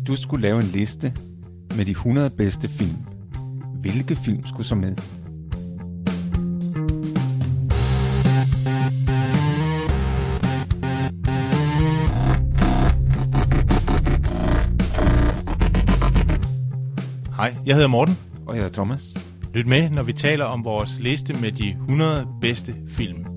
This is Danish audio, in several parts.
du skulle lave en liste med de 100 bedste film, hvilke film skulle så med? Hej, jeg hedder Morten. Og jeg hedder Thomas. Lyt med, når vi taler om vores liste med de 100 bedste film.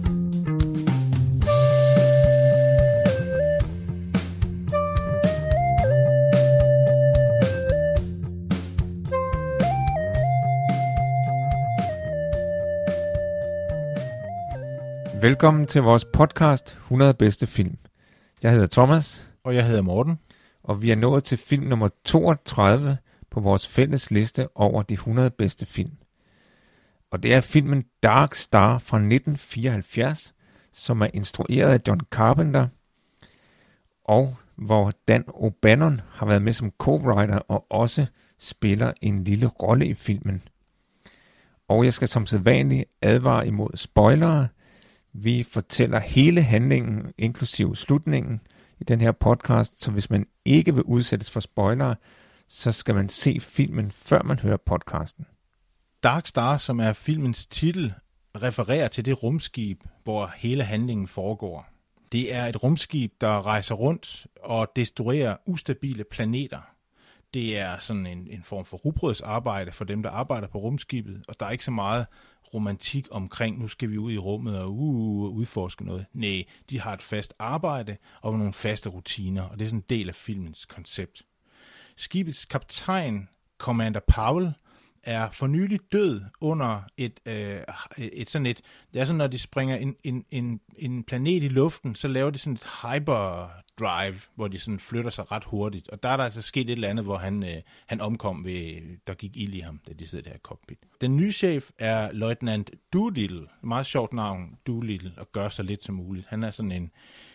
Velkommen til vores podcast 100 bedste film. Jeg hedder Thomas. Og jeg hedder Morten. Og vi er nået til film nummer 32 på vores fælles liste over de 100 bedste film. Og det er filmen Dark Star fra 1974, som er instrueret af John Carpenter, og hvor Dan O'Bannon har været med som co-writer og også spiller en lille rolle i filmen. Og jeg skal som sædvanligt advare imod spoilere. Vi fortæller hele handlingen, inklusive slutningen, i den her podcast, så hvis man ikke vil udsættes for spoilere, så skal man se filmen, før man hører podcasten. Dark Star, som er filmens titel, refererer til det rumskib, hvor hele handlingen foregår. Det er et rumskib, der rejser rundt og destruerer ustabile planeter. Det er sådan en form for rugbrødsarbejde for dem, der arbejder på rumskibet, og der er ikke så meget romantik omkring, nu skal vi ud i rummet og udforske noget. Nej, de har et fast arbejde og nogle faste rutiner, og det er sådan en del af filmens koncept. Skibets kaptajn, Commander Powell, er for nylig død under det er sådan, når de springer en planet i luften, så laver de sådan et hyperdrive, hvor de sådan flytter sig ret hurtigt. Og der er der altså sket et eller andet, hvor han omkom der gik ild i ham, da de sidder der i cockpit. Den nye chef er Løjtnant Doolittle. Meget sjovt navn, Doolittle, og gør så lidt som muligt. Han er sådan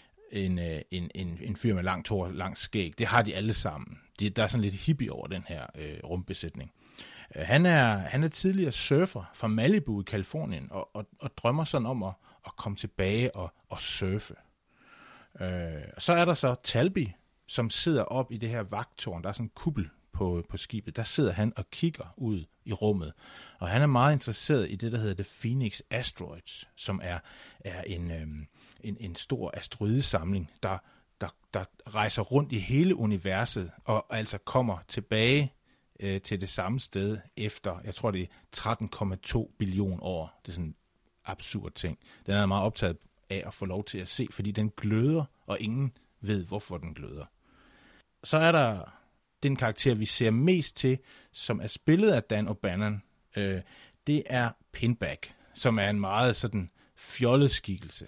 en fyr med langt hår, langt skæg. Det har de alle sammen. Der er sådan lidt hippie over den her rumbesætning. Han er tidligere surfer fra Malibu i Californien, og drømmer sådan om at komme tilbage og surfe. Så er der så Talby, som sidder op i det her vagttårn. Der er sådan en kuppel på skibet. Der sidder han og kigger ud i rummet. Og han er meget interesseret i det, der hedder The Phoenix Asteroids, som er en stor asteroidesamling, der rejser rundt i hele universet, og altså kommer tilbage til det samme sted efter, jeg tror det er 13,2 billion år. Det er sådan en absurd ting. Den er meget optaget af at få lov til at se, fordi den gløder, og ingen ved, hvorfor den gløder. Så er der den karakter, vi ser mest til, som er spillet af Dan O'Bannon. Det er Pinback, som er en meget sådan fjollet skikkelse.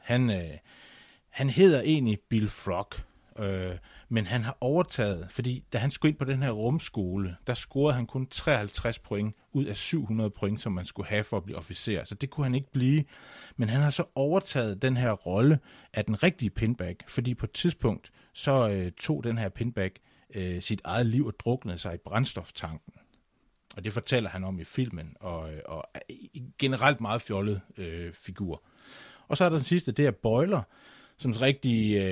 Han hedder egentlig Bill Frog, men han har overtaget, fordi da han skulle ind på den her rumskole, der scorede han kun 53 point ud af 700 point, som man skulle have for at blive officer. Så det kunne han ikke blive. Men han har så overtaget den her rolle af den rigtige Pinback, fordi på et tidspunkt så tog den her Pinback sit eget liv og druknede sig i brændstoftanken. Og det fortæller han om i filmen, og generelt meget fjollet figur. Og så er der den sidste, det er Boiler, som rigtig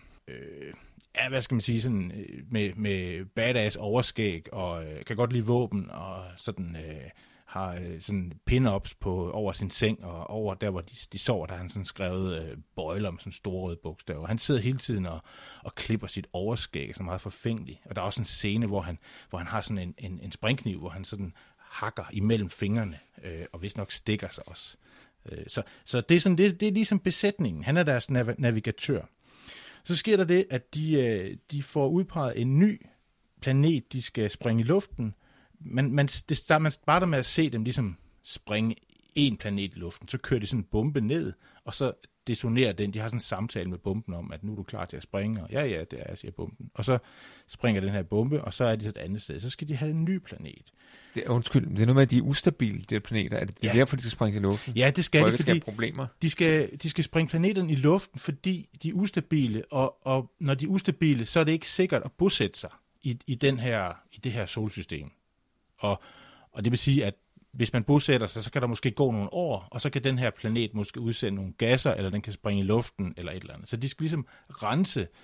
hvad skal man sige, sådan med badass overskæg, og kan godt lide våben, og sådan har sådan pin-ups over sin seng, og over der, hvor de sover, der har han sådan skrevet Boiler med sådan store røde bogstaver. Han sidder hele tiden og klipper sit overskæg, så meget forfængeligt. Og der er også en scene, hvor han har sådan en springkniv, hvor han sådan hakker imellem fingrene, og vist nok stikker sig også. Så det er sådan, det er ligesom besætningen. Han er deres navigatør. Så sker der det, at de får udpeget en ny planet, de skal springe i luften. Man starter med at se dem ligesom springe en planet i luften. Så kører de sådan en bombe ned, og så detonerer den. De har sådan en samtale med bomben om, at nu er du klar til at springe. Og ja, det er, siger bomben. Og så springer den her bombe, og så er de så et andet sted. Så skal de have en ny planet. Det er noget med, at de er ustabile, de her planeter. Er det derfor, de skal springe i luften? Ja, det skal de, fordi problemer? De skal springe planeterne i luften, fordi de er ustabile, og når de er ustabile, så er det ikke sikkert at bosætte sig i det her solsystem. Og det vil sige, at hvis man bosætter sig, så kan der måske gå nogle år, og så kan den her planet måske udsende nogle gasser, eller den kan springe i luften, eller et eller andet. Så de skal ligesom rense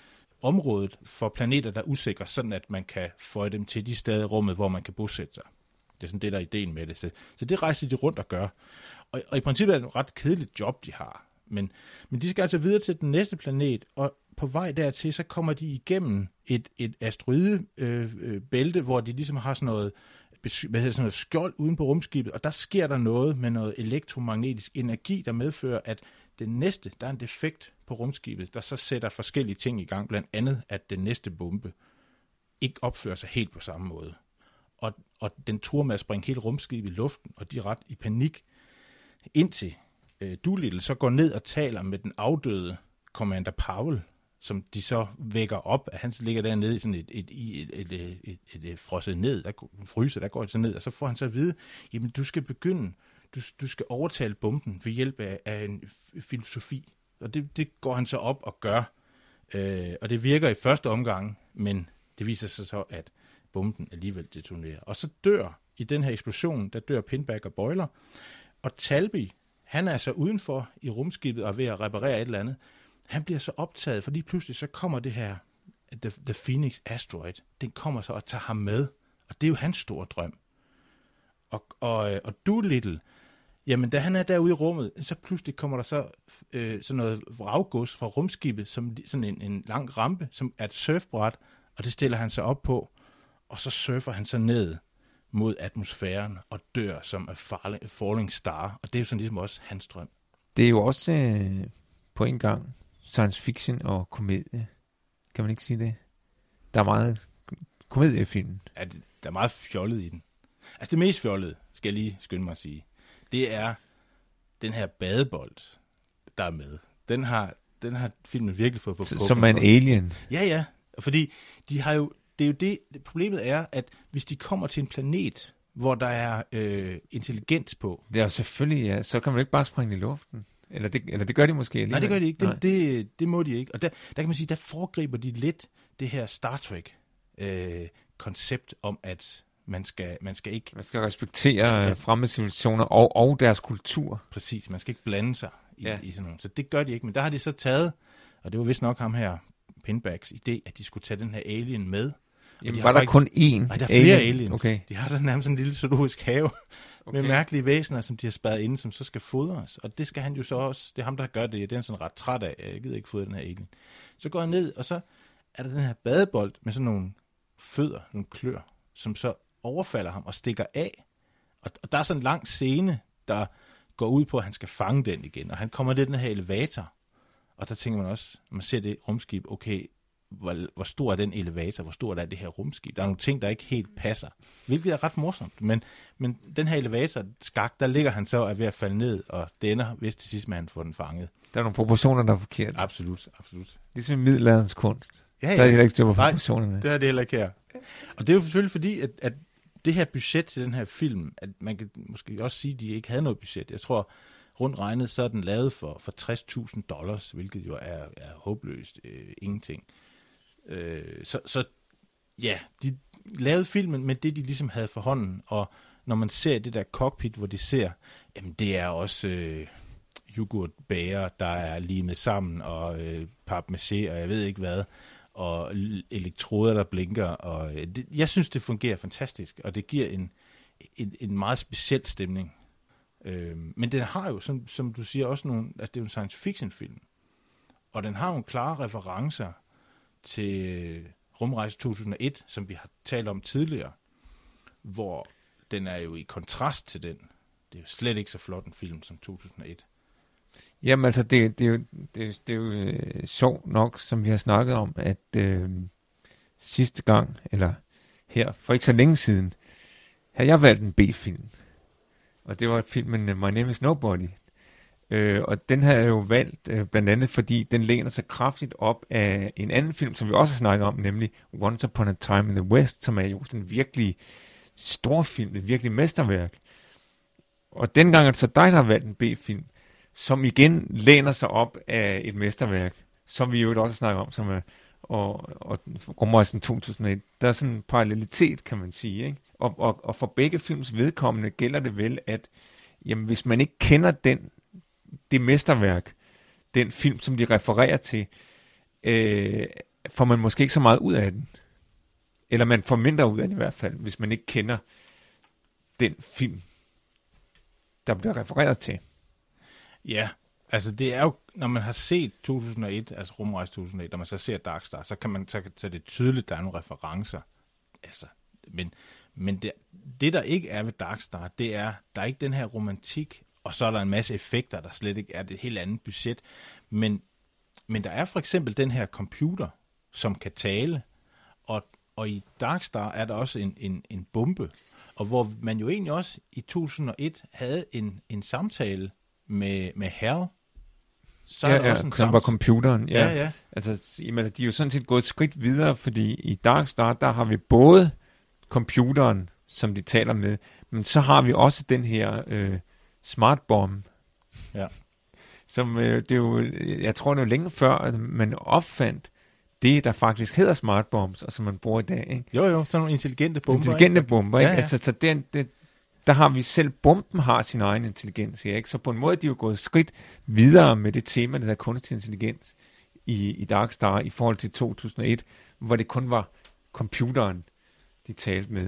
området for planeter, der er usikre, sådan at man kan få dem til de steder i rummet, hvor man kan bosætte sig. Det er sådan det, der er ideen med det. Så det rejser de rundt og gør. Og i princippet er det et ret kedeligt job, de har. Men de skal altså videre til den næste planet, og på vej dertil, så kommer de igennem et asteroidebælte, hvor de ligesom har sådan noget skjold uden på rumskibet, og der sker der noget med noget elektromagnetisk energi, der medfører, at det næste, der er en defekt på rumskibet, der så sætter forskellige ting i gang, blandt andet, at den næste bombe ikke opfører sig helt på samme måde. Og den truer med at springe hele rumskibet i luften, og de er ret i panik, indtil Doolittle så går ned og taler med den afdøde Commander Powell, som de så vækker op, at han ligger dernede i sådan et frosset ned, der går det så ned, og så får han så at vide, jamen du skal begynde, du skal overtale bomben ved hjælp af en filosofi. Og det går han så op og gør, og det virker i første omgang, men det viser sig så, at bomben alligevel detonerer. Og så dør, i den her eksplosion, der dør Pinback og Boiler, og Talby, han er så udenfor i rumskibet og er ved at reparere et eller andet. Han bliver så optaget, fordi pludselig så kommer det her, The Phoenix Asteroid, den kommer så og tager ham med, og det er jo hans store drøm. Og Doolittle, jamen da han er derude i rummet, så pludselig kommer der så sådan noget vraggods fra rumskibet, som sådan en lang rampe, som er et surfbræt, og det stiller han sig op på, og så surfer han så ned mod atmosfæren og dør som a falling star, og det er jo sådan ligesom også hans drøm. Det er jo også på en gang science fiction og komedie. Kan man ikke sige det? Der er meget komedie i filmen. Ja, der er meget fjollet i den. Altså det mest fjollede, skal jeg lige skynde mig at sige, det er den her badebold, der er med. Den har filmen virkelig fået på. Som en alien. Ja, fordi de har jo, det er jo det, problemet er, at hvis de kommer til en planet, hvor der er intelligens på. Det er jo selvfølgelig, ja, så kan man ikke bare springe i luften. Eller det gør de måske alligevel. Nej, det gør de ikke. Det må de ikke. Og der kan man sige, der foregriber de lidt det her Star Trek koncept om, at man skal ikke... Man skal respektere fremmede civilisationer og deres kultur. Præcis, man skal ikke blande sig i sådan noget. Så det gør de ikke, men der har de så taget, og det var vist nok ham her, Pinbacks idé, at de skulle tage den her alien med. Jamen, var der kun én? Nej, der er flere aliens. Okay. De har så nærmest en lille zoologisk have med mærkelige væsener, som de har spadet inde, som så skal fodres. Og det skal han jo så også, det er ham, der gør det. Det er han sådan ret træt af. Jeg gider ikke fodre den her alien. Så går han ned, og så er der den her badebold med sådan nogle fødder, nogle klør, som så overfalder ham og stikker af. Og der er sådan en lang scene, der går ud på, at han skal fange den igen. Og han kommer ned i den her elevator. Og der tænker man også, når man ser det rumskib, okay, hvor stor er den elevator, hvor stort er det her rumskib. Der er nogle ting, der ikke helt passer, hvilket er ret morsomt. Men den her elevator skak, der ligger han så er ved at falde ned, og det ender vist til sidst med, at han får den fanget. Der er nogle proportioner, der er forkerte. Absolut. Ligesom i middelalderens kunst. Ja. Der er heller ikke styr på proportionerne. Nej, det er det heller ikke her. Og det er jo selvfølgelig fordi, at det her budget til den her film, at man kan måske også sige, at de ikke havde noget budget. Jeg tror, rundt regnet, så er den lavet for $60,000, hvilket jo er håbløst ingenting. Så de lavede filmen med det, de ligesom havde for hånden, og når man ser det der cockpit, hvor de ser, jamen det er også yoghurtbæger, der er limet sammen, og papmaché, og jeg ved ikke hvad, og elektroder, der blinker, og jeg synes, det fungerer fantastisk, og det giver en meget speciel stemning. Men den har jo, som du siger, også nogle, altså det er jo en science fiction film, og den har nogle klare referencer til Rumrejse 2001, som vi har talt om tidligere, hvor den er jo i kontrast til den. Det er jo slet ikke så flot en film som 2001. Jamen altså, det er jo sjovt nok, som vi har snakket om, at sidste gang, eller her for ikke så længe siden, havde jeg valgt en B-film. Og det var filmen My Name is Nobody. Og den har jeg jo valgt blandt andet, fordi den læner sig kraftigt op af en anden film, som vi også har snakket om, nemlig Once Upon a Time in the West, som er jo sådan en virkelig stor film, et virkelig mesterværk. Og dengang er det så dig, der har valgt en B-film, som igen læner sig op af et mesterværk, som vi jo også snakker om, som er og Rumrejsen 2001. Der er sådan en parallelitet, kan man sige, ikke? Og for begge films vedkommende gælder det vel, at jamen, hvis man ikke kender det mesterværk, den film, som de refererer til, får man måske ikke så meget ud af den. Eller man får mindre ud af den i hvert fald, hvis man ikke kender den film, der bliver refereret til. Ja, altså det er jo, når man har set 2001, altså Rumrejse 2001, når man så ser Dark Star, så er det tydeligt, der er nogle referencer. Altså, men det, der ikke er ved Dark Star, det er, der er ikke den her romantik, og så er der en masse effekter, der slet ikke er det helt andet budget. Men der er for eksempel den her computer, som kan tale, og i Dark Star er der også en bombe, og hvor man jo egentlig også i 2001 havde en samtale med Hal. Så er der også en som var computeren. Ja. Altså, jamen, de er jo sådan set gået et skridt videre, fordi i Dark Star, der har vi både computeren, som de taler med, men så har vi også den her smart bomb. Ja. Som det er jo, jeg tror det er længe før, at man opfandt det, der faktisk hedder smart bombs, og som man bruger i dag. Ikke? Jo, sådan nogle intelligente bomber. Intelligente bomber, ikke? Ja. Altså, så der har vi selv, bomben har sin egen intelligens, ikke? Så på en måde de er jo gået skridt videre med det tema, der hedder kunstig intelligens i Dark Star, i forhold til 2001, hvor det kun var computeren, de talte med.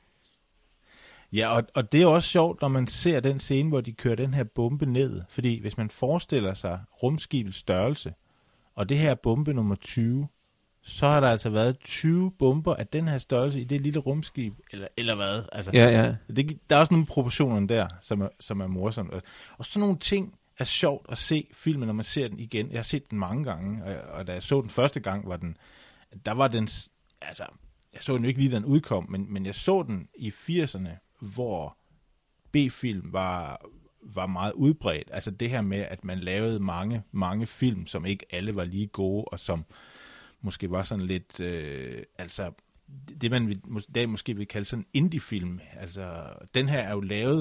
Ja, og det er også sjovt, når man ser den scene, hvor de kører den her bombe ned. Fordi hvis man forestiller sig rumskibets størrelse, og det her bombe nummer 20, så har der altså været 20 bomber af den her størrelse i det lille rumskib, eller hvad? Altså, Ja. Der er også nogle proportioner der, som er morsomt. Og sådan nogle ting er sjovt at se filmen, når man ser den igen. Jeg har set den mange gange, og da jeg så den første gang, var den, altså, jeg så den jo ikke lige, da den udkom, men jeg så den i 80'erne, hvor B-film var meget udbredt. Altså det her med, at man lavede mange film, som ikke alle var lige gode, og som måske var sådan lidt, altså det man i dag måske vil kalde sådan indie-film. Altså den her er jo lavet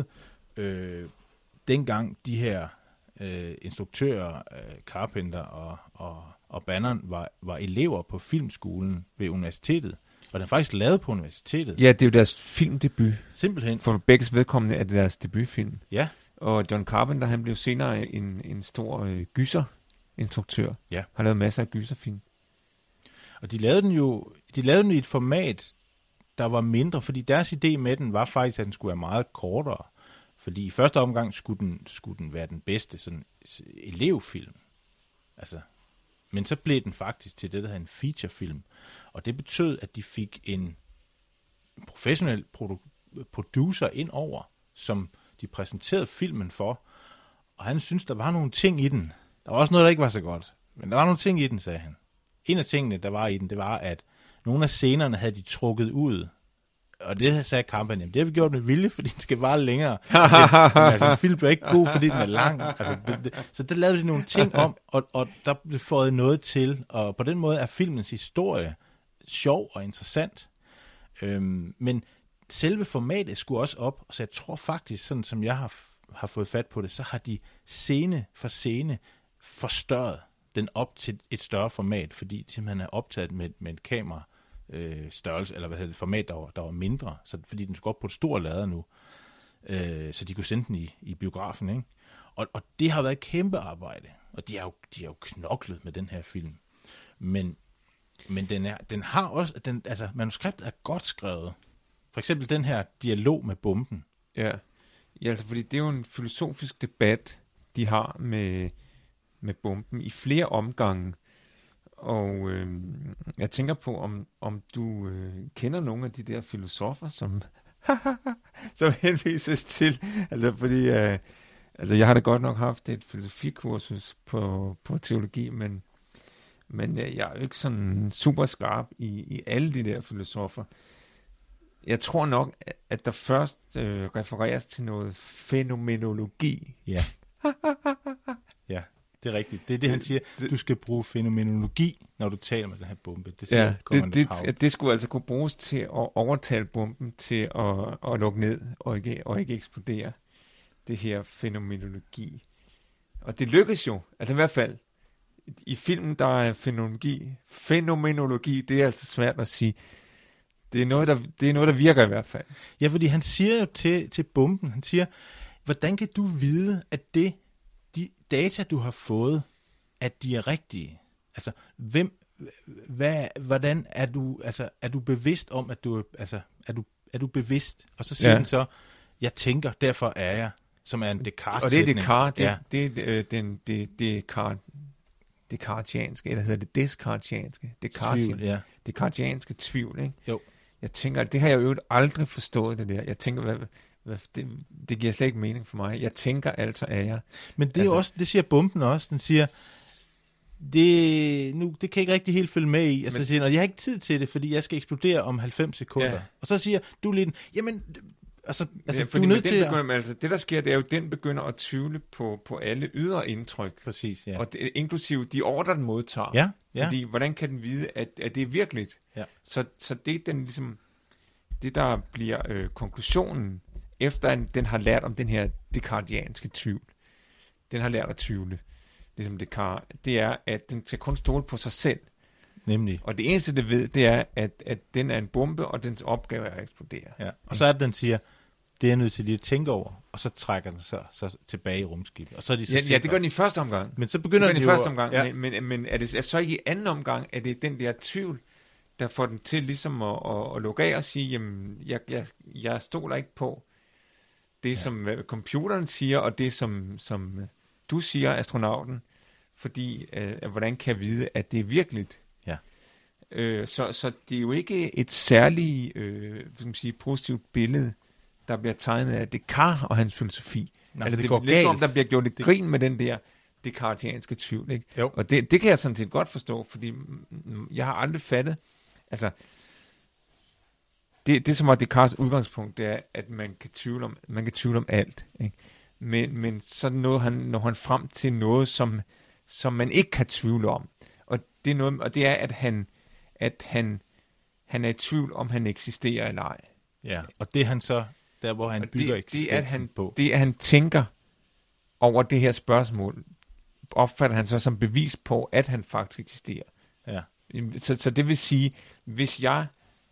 dengang de her instruktører, Carpenter og Bannon var elever på filmskolen ved universitetet. Og den er faktisk lavet på universitetet. Ja, det er jo deres filmdebut. Simpelthen. For begges vedkommende er det deres debutfilm. Ja. Og John Carpenter, han blev senere en stor gyserinstruktør. Ja. Har lavet masser af gyserfilm. Og de lavede den i et format, der var mindre, fordi deres idé med den var faktisk, at den skulle være meget kortere. Fordi i første omgang skulle den være den bedste sådan elevfilm. Altså, men så blev den faktisk til det, der hedder en featurefilm. Og det betød, at de fik en professionel producer ind over, som de præsenterede filmen for. Og han syntes, der var nogle ting i den. Der var også noget, der ikke var så godt. Men der var nogle ting i den, sagde han. En af tingene, der var i den, det var, at nogle af scenerne havde de trukket ud. Og det sagde Carpenter, jamen det har vi gjort med vilje, fordi den skal vare længere. Altså en film bliver ikke god, fordi den er lang. Altså, så der lavede de nogle ting om, og der blev fået noget til. Og på den måde er filmens historie sjov og interessant. Men selve formatet skulle også op, så jeg tror faktisk, sådan som jeg har fået fat på det, så har de scene for scene forstørret den op til et større format, fordi de simpelthen er optaget med et kamera størrelse, eller hvad hedder det, format, der var mindre, så, fordi den skulle op på et stort lader nu, så de kunne sende den i biografen, ikke? Og det har været et kæmpe arbejde, og de har jo knoklet med den her film. Men den har også, altså manuskriptet er godt skrevet. For eksempel den her dialog med bomben. Ja, altså fordi det er jo en filosofisk debat, de har med bomben i flere omgange. Og jeg tænker på, om du kender nogle af de der filosofer, som henvises til. Altså fordi, altså jeg har da godt nok haft et filosofikursus på teologi, men jeg er jo ikke sådan super skarp i alle de der filosofer. Jeg tror nok, at der først refereres til noget fænomenologi. Ja. Ja, det er rigtigt. Det er det, han siger. Du skal bruge fænomenologi, når du taler med den her bombe. Det siger det skulle altså kunne bruges til at overtale bomben til at lukke ned og ikke eksplodere. Det her fænomenologi. Og det lykkes jo. Altså i hvert fald, i filmen, der er fænomenologi, det er altså svært at sige. Det er noget, der virker i hvert fald. Ja, fordi han siger jo til bomben, han siger, hvordan kan du vide, at de data, du har fået, at de er rigtige? Altså, hvordan er du bevidst om, at du, altså, er du bevidst? Og så siger den så, jeg tænker, derfor er jeg, som er en Descartes-sætning. Og det er Descartes, det er Descartesianske, eller hedder det Descartesianske? Tvivl, Descartesianske tvivl, ikke? Jo. Jeg tænker, det har jeg jo aldrig forstået, det der. Jeg tænker, det giver slet ikke mening for mig. Jeg tænker, altså er jeg. Men det er også, det siger bomben også. Den siger, det kan jeg ikke rigtig helt følge med i. Altså, siger den, og jeg har ikke tid til det, fordi jeg skal eksplodere om 90 sekunder. Ja. Og så siger du lidt, jamen, altså du er nødt til det, der sker, det er jo, den begynder at tvivle på alle ydre indtryk. Præcis, ja. Og inklusive de ordre, den modtager. Ja. Fordi, hvordan kan den vide, at det er virkeligt? Ja. Så det er den ligesom, det der bliver konklusionen, efter den har lært om den her descartesianske tvivl. Den har lært at tvivle, ligesom Descartes. Det er, at den skal kun stole på sig selv. Nemlig. Og det eneste, det ved, det er, at den er en bombe, og dens opgave er at eksplodere. Ja. Og så er den siger, det er jeg nødt til lige at tænke over, og så trækker den så tilbage i rumskibet. Og så er de så ja, det gør den i første omgang. Men så begynder den i første omgang. Ja. Men er det så ikke i anden omgang, at det er den der tvivl, der får den til ligesom at lukke af og sige, jamen, jeg stoler ikke på det, som computeren siger, og det, som du siger, astronauten, fordi hvordan kan jeg vide, at det er virkeligt? Ja. Så det er jo ikke et særligt positivt billede, der bliver tegnet af Descartes og hans filosofi. Nej, altså, det går er lidt som, der bliver gjort lidt grin med den der descartesianske tvivl. Ikke? Jo. Og det kan jeg sådan set godt forstå, fordi jeg har aldrig fattet, altså det som var Descartes' udgangspunkt, det er, at man kan tvivle om alt. Ikke? Men så når han frem til noget, som man ikke kan tvivle om. Og det er noget, og det er, at han er i tvivl, om han eksisterer eller ej. Ja, og det er han så, der hvor han bygger eksistensen på. Det at han tænker over det her spørgsmål, opfatter han så som bevis på, at han faktisk eksisterer. Ja. Så det vil sige, hvis jeg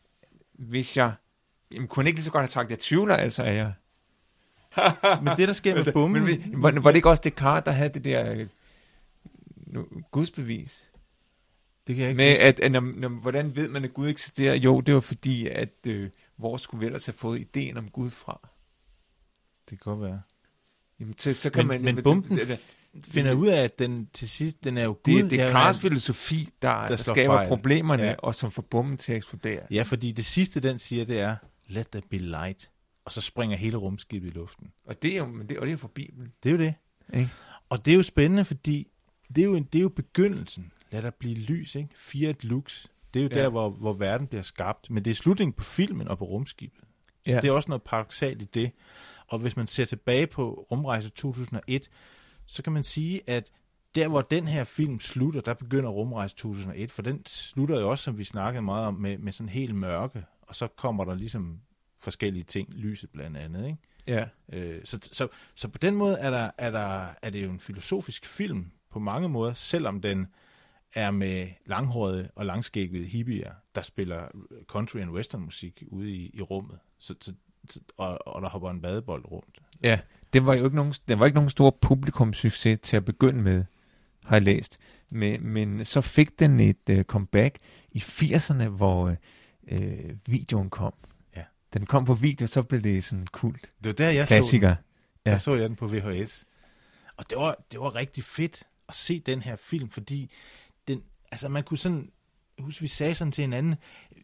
kunne ikke lige så godt have sagt, at jeg tvivler, altså er jeg. Men det, der sker med bomben... Var det ikke også Descartes, der havde det der gudsbevis? Det kan jeg ikke med, hvordan ved man, at Gud eksisterer? Jo, det var fordi, at hvor skulle vi ellers have fået ideen om Gud fra? Det kan godt være. Jamen, så kan men bomben finder ud af, at den til sidst, den er jo Gud. Det er Descartes' filosofi, der skaber fejl. Problemerne, og som får bomben til at eksplodere. Ja, fordi det sidste, den siger, det er, let there be light. Og så springer hele rumskibet i luften. Og det er jo fra Bibelen. Det er jo det. Ikke? Og det er jo spændende, fordi det er jo begyndelsen. Lad der blive lys, ikke? Fiat lux. Det er jo der, hvor verden bliver skabt. Men det er slutningen på filmen og på rumskibet. Så det er også noget paradoksalt i det. Og hvis man ser tilbage på Rumrejse 2001, så kan man sige, at der, hvor den her film slutter, der begynder Rumrejse 2001, for den slutter jo også, som vi snakkede meget om, med sådan helt mørke, og så kommer der ligesom forskellige ting, lyset blandt andet, ikke? Ja. Så på den måde er det jo en filosofisk film på mange måder, selvom den er med langhårede og langskæggede hippier, der spiller country and western musik ude i rummet, og der hopper en badebold rundt. Ja, det var ikke nogen stor publikumssucces til at begynde med, har jeg læst. Men så fik den et comeback i 80'erne, hvor videoen kom. Ja. Den kom på video, så blev det sådan kult. Det var der, jeg klassiker. Så den. Ja. Der så jeg den på VHS. Og det var rigtig fedt at se den her film, fordi man kunne sådan, husk vi sagde sådan til hinanden,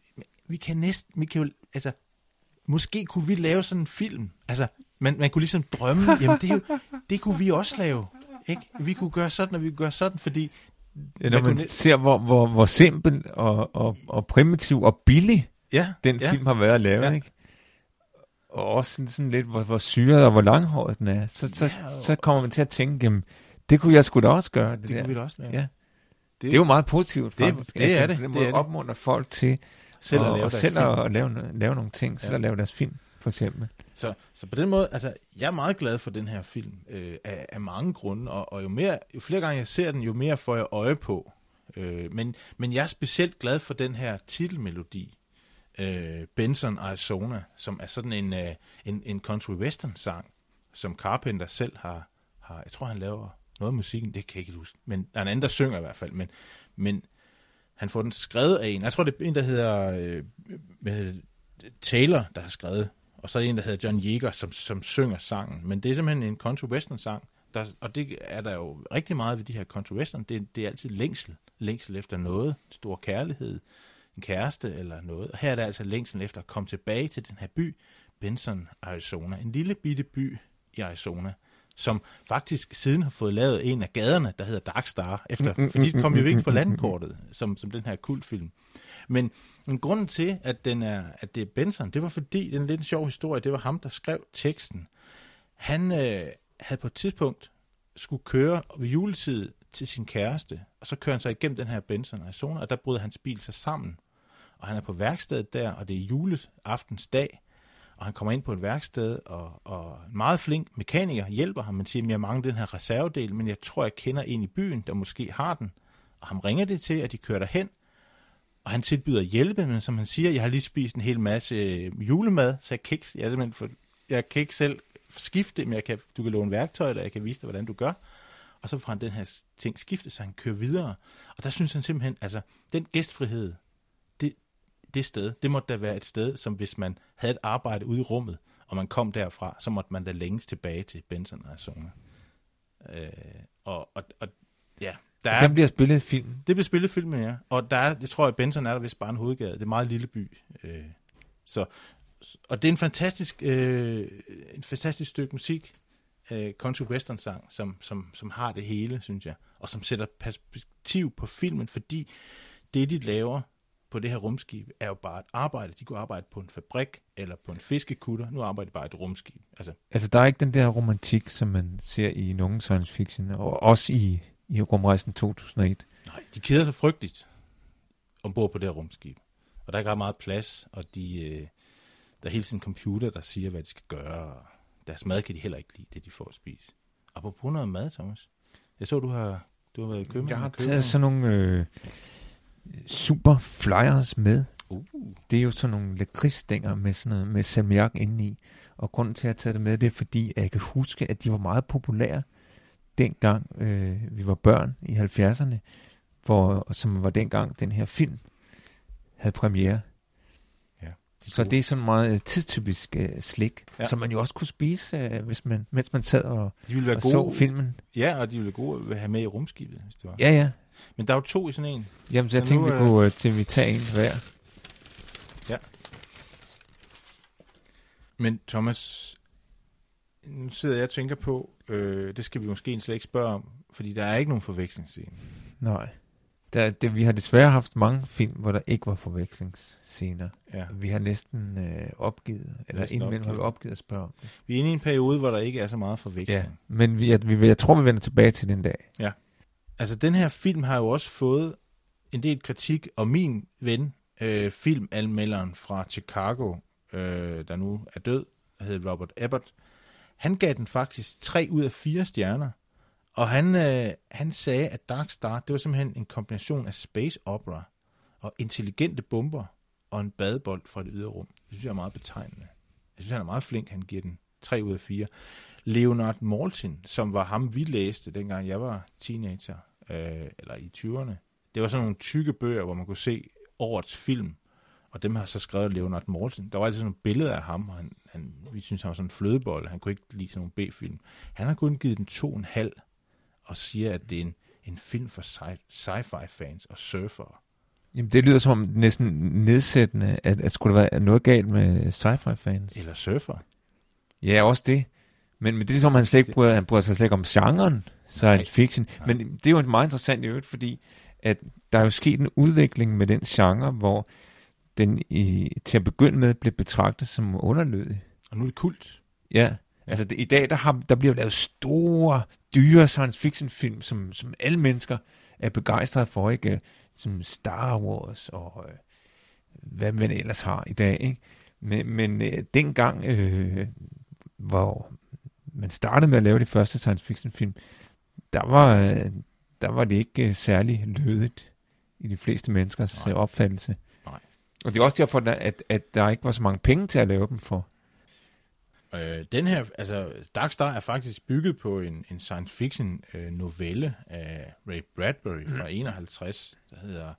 måske kunne vi lave sådan en film. Altså, man kunne ligesom drømme, jamen det kunne vi også lave. Ikke? Vi kunne gøre sådan, og vi kunne gøre sådan, fordi... Ja, når man ser, hvor simpel og primitiv og billig den film har været at lave, ikke? Og også sådan lidt, hvor syret og hvor langhåret den er. Så kommer man til at tænke, jamen, det kunne jeg sgu da også gøre. Det kunne vi da også lave. Ja. Det er jo meget positivt, faktisk. Det er det. Det må opmuntre folk til selv at lave nogle ting, selv at lave deres film, for eksempel. Så på den måde, altså, jeg er meget glad for den her film, af mange grunde, og jo flere gange jeg ser den, jo mere får jeg øje på. Men jeg er specielt glad for den her titelmelodi, Benson Arizona, som er sådan en country western sang, som Carpenter selv har, jeg tror han laver noget af musikken, det kan jeg ikke huske, men der er en anden, der synger i hvert fald, men Han får den skrevet af en. Jeg tror, det er en, der hedder Taylor, der har skrevet. Og så er en, der hedder John Yeager, som synger sangen. Men det er simpelthen en country-western-sang. Og det er der jo rigtig meget ved de her country-western. Det er altid længsel. Længsel efter noget. Stor kærlighed. En kæreste eller noget. Og her er der altså længsel efter at komme tilbage til den her by, Benson, Arizona. En lille bitte by i Arizona, som faktisk siden har fået lavet en af gaderne, der hedder Dark Star, fordi de kom jo ikke på landkortet, som den her kultfilm. Men grunden til, at det er Benson, det var fordi, det er en lidt sjov historie, det var ham, der skrev teksten. Han havde på et tidspunkt skulle køre ved juletid til sin kæreste, og så kører han så igennem den her Benson Arizona, og der bryder hans bil sig sammen. Og han er på værkstedet der, og det er juleaftens dag, og han kommer ind på et værksted, og en meget flink mekaniker hjælper ham, men siger, at jeg mangler den her reservedel, men jeg tror, jeg kender en i byen, der måske har den. Og ham ringer det til, at de kører derhen, og han tilbyder hjælpe, men som han siger, jeg har lige spist en hel masse julemad, så jeg kan ikke selv skifte, men du kan låne værktøj, eller jeg kan vise dig, hvordan du gør. Og så får han den her ting skiftet, så han kører videre. Og der synes han simpelthen, altså den gæstfrihed, det sted, det måtte da være et sted, som hvis man havde et arbejde ude i rummet, og man kom derfra, så måtte man da længes tilbage til Benson Arizona. Den bliver spillet i film. Det bliver spillet i filmen, ja. Og jeg tror, at Benson er der vist bare en hovedgade. Det er en meget lille by. Og det er en fantastisk stykke musik, country western sang, som har det hele, synes jeg, og som sætter perspektiv på filmen, fordi det, de laver på det her rumskib, er jo bare et arbejde. De kunne arbejde på en fabrik, eller på en fiskekutter. Nu arbejder de bare et rumskib. Altså, der er ikke den der romantik, som man ser i nogen science fiction, og også i rumrejsen 2001. Nej, de keder sig frygteligt ombord på det her rumskib. Og der er ikke ret meget plads, og der er hele tiden computer, der siger, hvad de skal gøre. Og deres mad kan de heller ikke lide, det de får at spise. Og på grund af mad, Thomas. Jeg så, du har været i købmanden. Jeg har taget sådan nogle super flyers med. Det er jo sådan nogle lakridsstænger med sådan noget med salmiak indeni. Og grunden til at tage det med, det er fordi, at jeg kan huske, at de var meget populære dengang vi var børn i 70'erne, som var dengang den her film havde premiere. Ja, så det er sådan meget tidstypisk slik, som man jo også kunne spise, mens man sad og så filmen. Ja, og de ville være gode at have med i rumskibet, hvis det var. Ja. Men der er jo 2 i sådan en. Jamen, så jeg tænkte, vi kunne vi tage en hver. Ja. Men Thomas, nu sidder jeg og tænker på, det skal vi måske slet ikke spørge om, fordi der er ikke nogen forvekslingsscene. Nej. Vi har desværre haft mange film, hvor der ikke var forvekslingsscener. Ja. Vi har næsten opgivet, eller indimellem har vi opgivet at spørge om det. Vi er inde i en periode, hvor der ikke er så meget forveksling. Ja, men jeg tror, vi vender tilbage til den dag. Ja. Altså, den her film har jo også fået en del kritik, og min ven, filmanmelderen fra Chicago, der nu er død, der hedder Robert Ebert, han gav den faktisk 3 ud af 4 stjerner. Og han sagde, at Dark Star, det var simpelthen en kombination af space opera og intelligente bomber og en badebold fra det ydre rum. Det synes jeg er meget betegnende. Jeg synes, han er meget flink, han giver den 3 ud af 4. Leonard Maltin, som var ham, vi læste, dengang jeg var teenager, eller i 20'erne. Det var sådan nogle tykke bøger, hvor man kunne se årets film, og dem har så skrevet Leonard Maltin. Der var altid sådan nogle billeder af ham, og vi synes, han var sådan en flødebold. Han kunne ikke lide sådan nogle B-film. Han har kun givet den 2,5, og siger, at det er en film for sci-fi fans og surfere. Jamen, det lyder som næsten nedsættende, at skulle der være noget galt med sci-fi fans. Eller surfere. Ja, også det. Men det er som, han bryder sig slet ikke om genren science fiction. Nej. Men det er jo meget interessant i øvrigt, fordi at der er jo sket en udvikling med den genre, hvor den til at begynde med blev betragtet som underlødig. Og nu er det kult. Ja. Altså i dag, der bliver lavet store, dyre science fiction film, som alle mennesker er begejstrede for, ikke? Som Star Wars og hvad man ellers har i dag, ikke? Men dengang, hvor man startede med at lave de første science fiction film, der var det ikke særlig lødigt i de fleste menneskers opfattelse. Nej. Og det er også derfor, at der ikke var så mange penge til at lave dem for. Den her, altså Dark Star er faktisk bygget på en science fiction novelle af Ray Bradbury fra 51, der hedder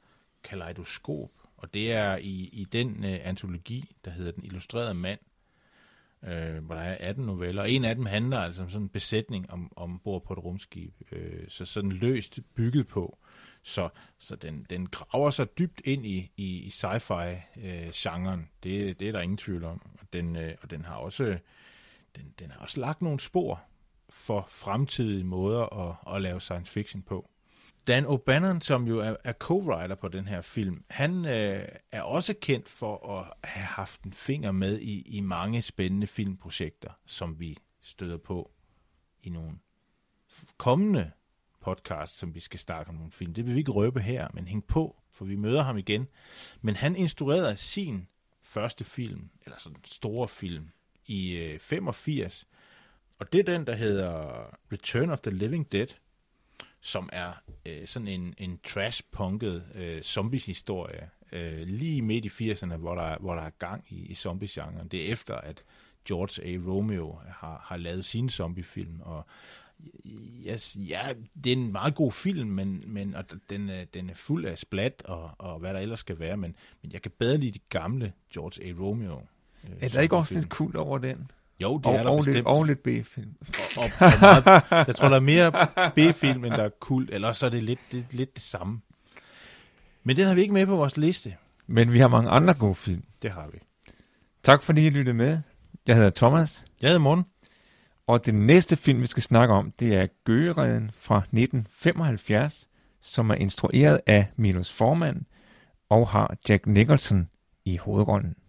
Kaleidoskop, og det er i den antologi, der hedder Den Illustrerede Mand, hvor der er 18 noveller, og en af dem handler altså om sådan en besætning ombord på et rumskib, så sådan løst bygget på, så den graver sig dybt ind i sci-fi-genren, det er der ingen tvivl om, og den har også lagt nogle spor for fremtidige måder at lave science fiction på. Dan O'Bannon, som jo er co-writer på den her film, han er også kendt for at have haft en finger med i mange spændende filmprojekter, som vi støder på i nogle kommende podcasts, som vi skal snakke om nogle film. Det vil vi ikke røbe her, men hæng på, for vi møder ham igen. Men han instruerede sin første film, eller sådan en store film, i 85, og det er den, der hedder Return of the Living Dead, som er sådan en trash-punket zombies-historie, lige midt i 80'erne, hvor der er gang i zombie-genren. Det er efter, at George A. Romero har lavet sine zombiefilm, og ja, det er en meget god film, men og den er fuld af splat og hvad der ellers skal være, men jeg kan bedre lide de gamle George A. Romero. Er der ikke også lidt kult over den? Jo, det er der bestemt. Og lidt B-film. Og meget, jeg tror, der er mere B-film, end der er kult, eller så er det lidt det samme. Men den har vi ikke med på vores liste. Men vi har mange andre gode film. Det har vi. Tak fordi I lyttede med. Jeg hedder Thomas. Jeg hedder Morten. Og den næste film, vi skal snakke om, det er Gøgereden fra 1975, som er instrueret af Milos Forman og har Jack Nicholson i hovedrollen.